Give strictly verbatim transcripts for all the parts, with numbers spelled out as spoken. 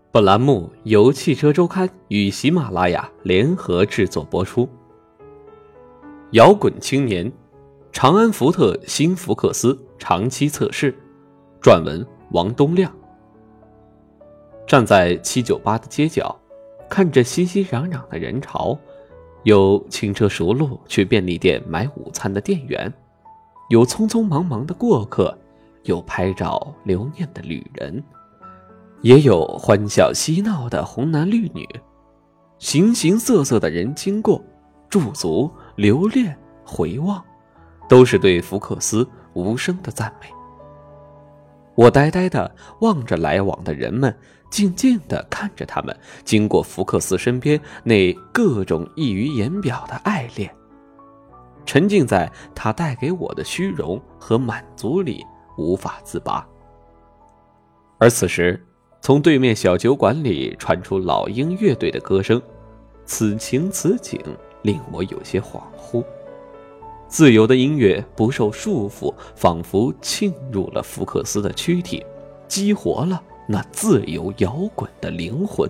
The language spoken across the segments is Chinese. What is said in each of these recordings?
本栏目由汽车周刊与喜马拉雅联合制作播出。摇滚青年，长安福特新福克斯长期测试，撰文王东亮。站在七九八的街角，看着熙熙攘攘的人潮，有轻车熟路去便利店买午餐的店员，有匆匆忙忙的过客，有拍照留念的旅人，也有欢笑嬉闹的红男绿女，形形色色的人经过，驻足留恋回望，都是对福克斯无声的赞美。我呆呆地望着来往的人们，静静地看着他们经过福克斯身边那各种溢于言表的爱恋，沉浸在他带给我的虚荣和满足里无法自拔。而此时从对面小酒馆里传出老鹰乐队的歌声，此情此景令我有些恍惚。自由的音乐不受束缚，仿佛沁入了福克斯的躯体，激活了那自由摇滚的灵魂。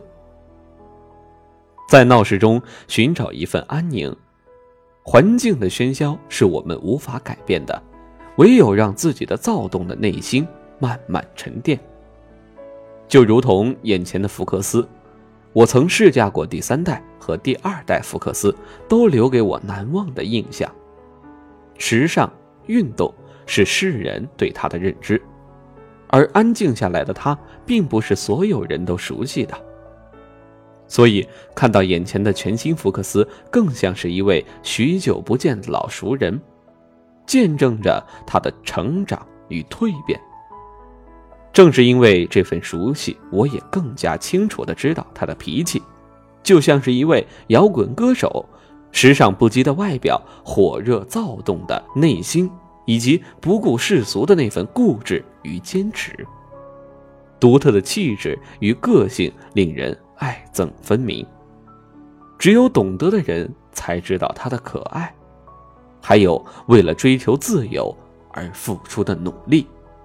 在闹市中寻找一份安宁，环境的喧嚣是我们无法改变的，唯有让自己的躁动的内心慢慢沉淀。就如同眼前的福克斯，我曾试驾过第三代和第二代福克斯，都留给我难忘的印象。时尚运动是世人对他的认知，而安静下来的他并不是所有人都熟悉的。所以看到眼前的全新福克斯，更像是一位许久不见的老熟人，见证着他的成长与蜕变。正是因为这份熟悉，我也更加清楚地知道他的脾气，就像是一位摇滚歌手，时尚不羁的外表，火热躁动的内心，以及不顾世俗的那份固执与坚持。独特的气质与个性令人爱憎分明，只有懂得的人才知道他的可爱，还有为了追求自由而付出的努力。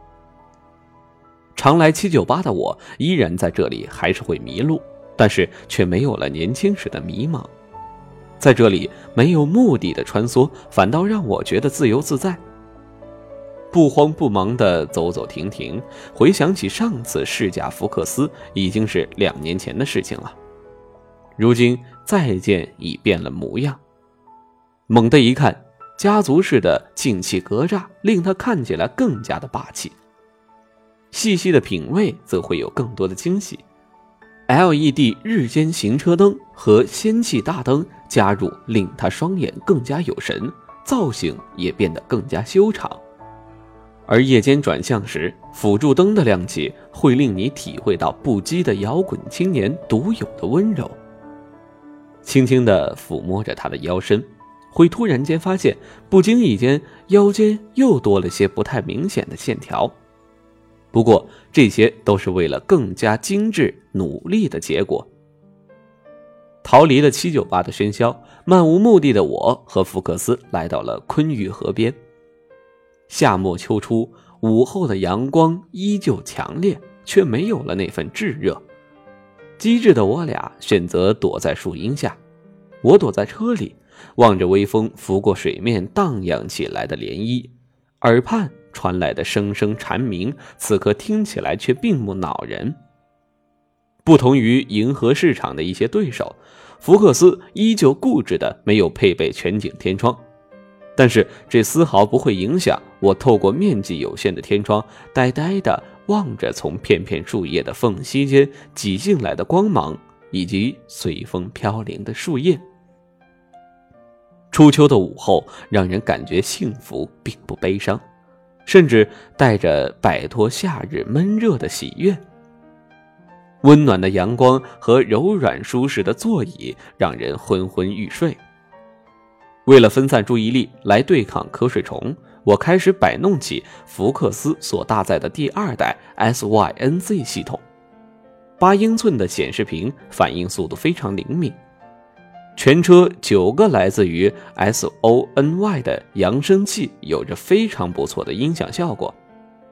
常来七九八的我，依然在这里还是会迷路，但是却没有了年轻时的迷茫。在这里没有目的的穿梭，反倒让我觉得自由自在。不慌不忙地走走停停，回想起上次试驾福克斯已经是两年前的事情了，如今再见已变了模样。猛地一看，家族式的进气格栅令它看起来更加的霸气，细细的品味则会有更多的惊喜。L E D 日间行车灯和氙气大灯加入，令他双眼更加有神，造型也变得更加修长。而夜间转向时，辅助灯的亮起会令你体会到不羁的摇滚青年独有的温柔。轻轻地抚摸着他的腰身，会突然间发现不经意间腰间又多了些不太明显的线条。不过这些都是为了更加精致努力的结果。逃离了七九八的喧嚣，漫无目的的我和福克斯来到了昆玉河边。夏末秋初，午后的阳光依旧强烈，却没有了那份炙热。机智的我俩选择躲在树荫下，我躲在车里，望着微风拂过水面荡漾起来的涟漪，耳畔传来的声声蝉鸣，此刻听起来却并不恼人。不同于银河市场的一些对手，福克斯依旧固执的没有配备全景天窗，但是这丝毫不会影响我透过面积有限的天窗，呆呆地望着从片片树叶的缝隙间挤进来的光芒，以及随风飘零的树叶。初秋的午后让人感觉幸福并不悲伤，甚至带着摆脱夏日闷热的喜悦。温暖的阳光和柔软舒适的座椅让人昏昏欲睡。为了分散注意力来对抗瞌睡虫，我开始摆弄起福克斯所搭载的第二代 S Y N Z 系统。八英寸的显示屏反应速度非常灵敏，全车九个来自于 S O N Y 的扬声器有着非常不错的音响效果。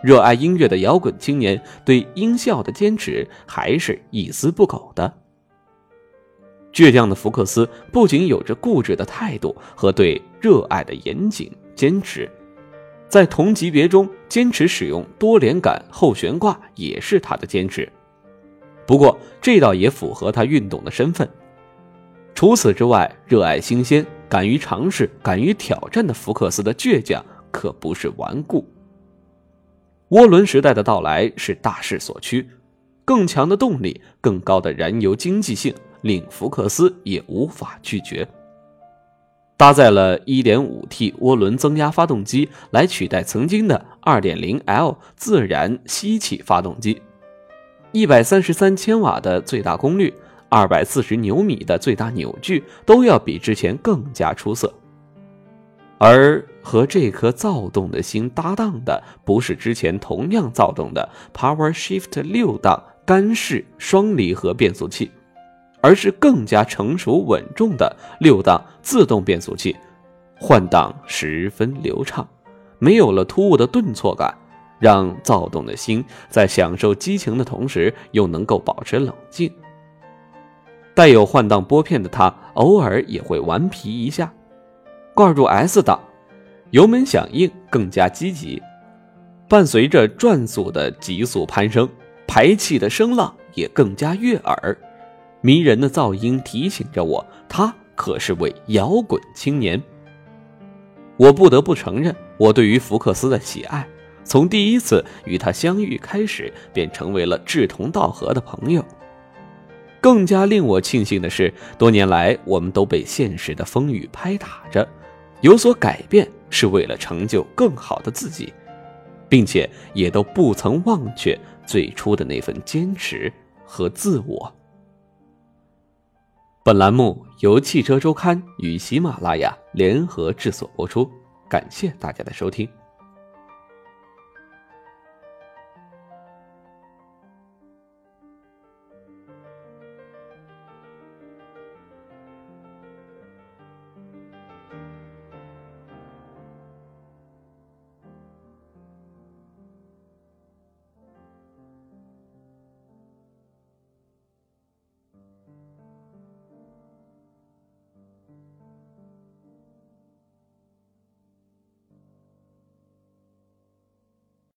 热爱音乐的摇滚青年对音效的坚持还是一丝不苟的。倔强的福克斯不仅有着固执的态度和对热爱的严谨坚持，在同级别中坚持使用多连杆后悬挂也是他的坚持。不过这倒也符合他运动的身份。除此之外，热爱新鲜、敢于尝试、敢于挑战的福克斯的倔强可不是顽固。涡轮时代的到来是大势所趋，更强的动力、更高的燃油经济性令福克斯也无法拒绝。搭载了 一点五 T 涡轮增压发动机来取代曾经的 二点零 L 自然吸气发动机，一百三十三千瓦的最大功率，二百四十牛米的最大扭矩都要比之前更加出色。而和这颗躁动的心搭档的不是之前同样躁动的 PowerShift 六档干式双离合变速器，而是更加成熟稳重的六档自动变速器，换挡十分流畅，没有了突兀的顿挫感，让躁动的心在享受激情的同时又能够保持冷静。带有换挡拨片的它偶尔也会顽皮一下。挂入 S 档，油门响应更加积极，伴随着转速的急速攀升，排气的声浪也更加悦耳。迷人的噪音提醒着我，他可是位摇滚青年。我不得不承认，我对于福克斯的喜爱，从第一次与他相遇开始，便成为了志同道合的朋友。更加令我庆幸的是，多年来我们都被现实的风雨拍打着，有所改变是为了成就更好的自己，并且也都不曾忘却最初的那份坚持和自我。本栏目由汽车周刊与喜马拉雅联合制作播出，感谢大家的收听。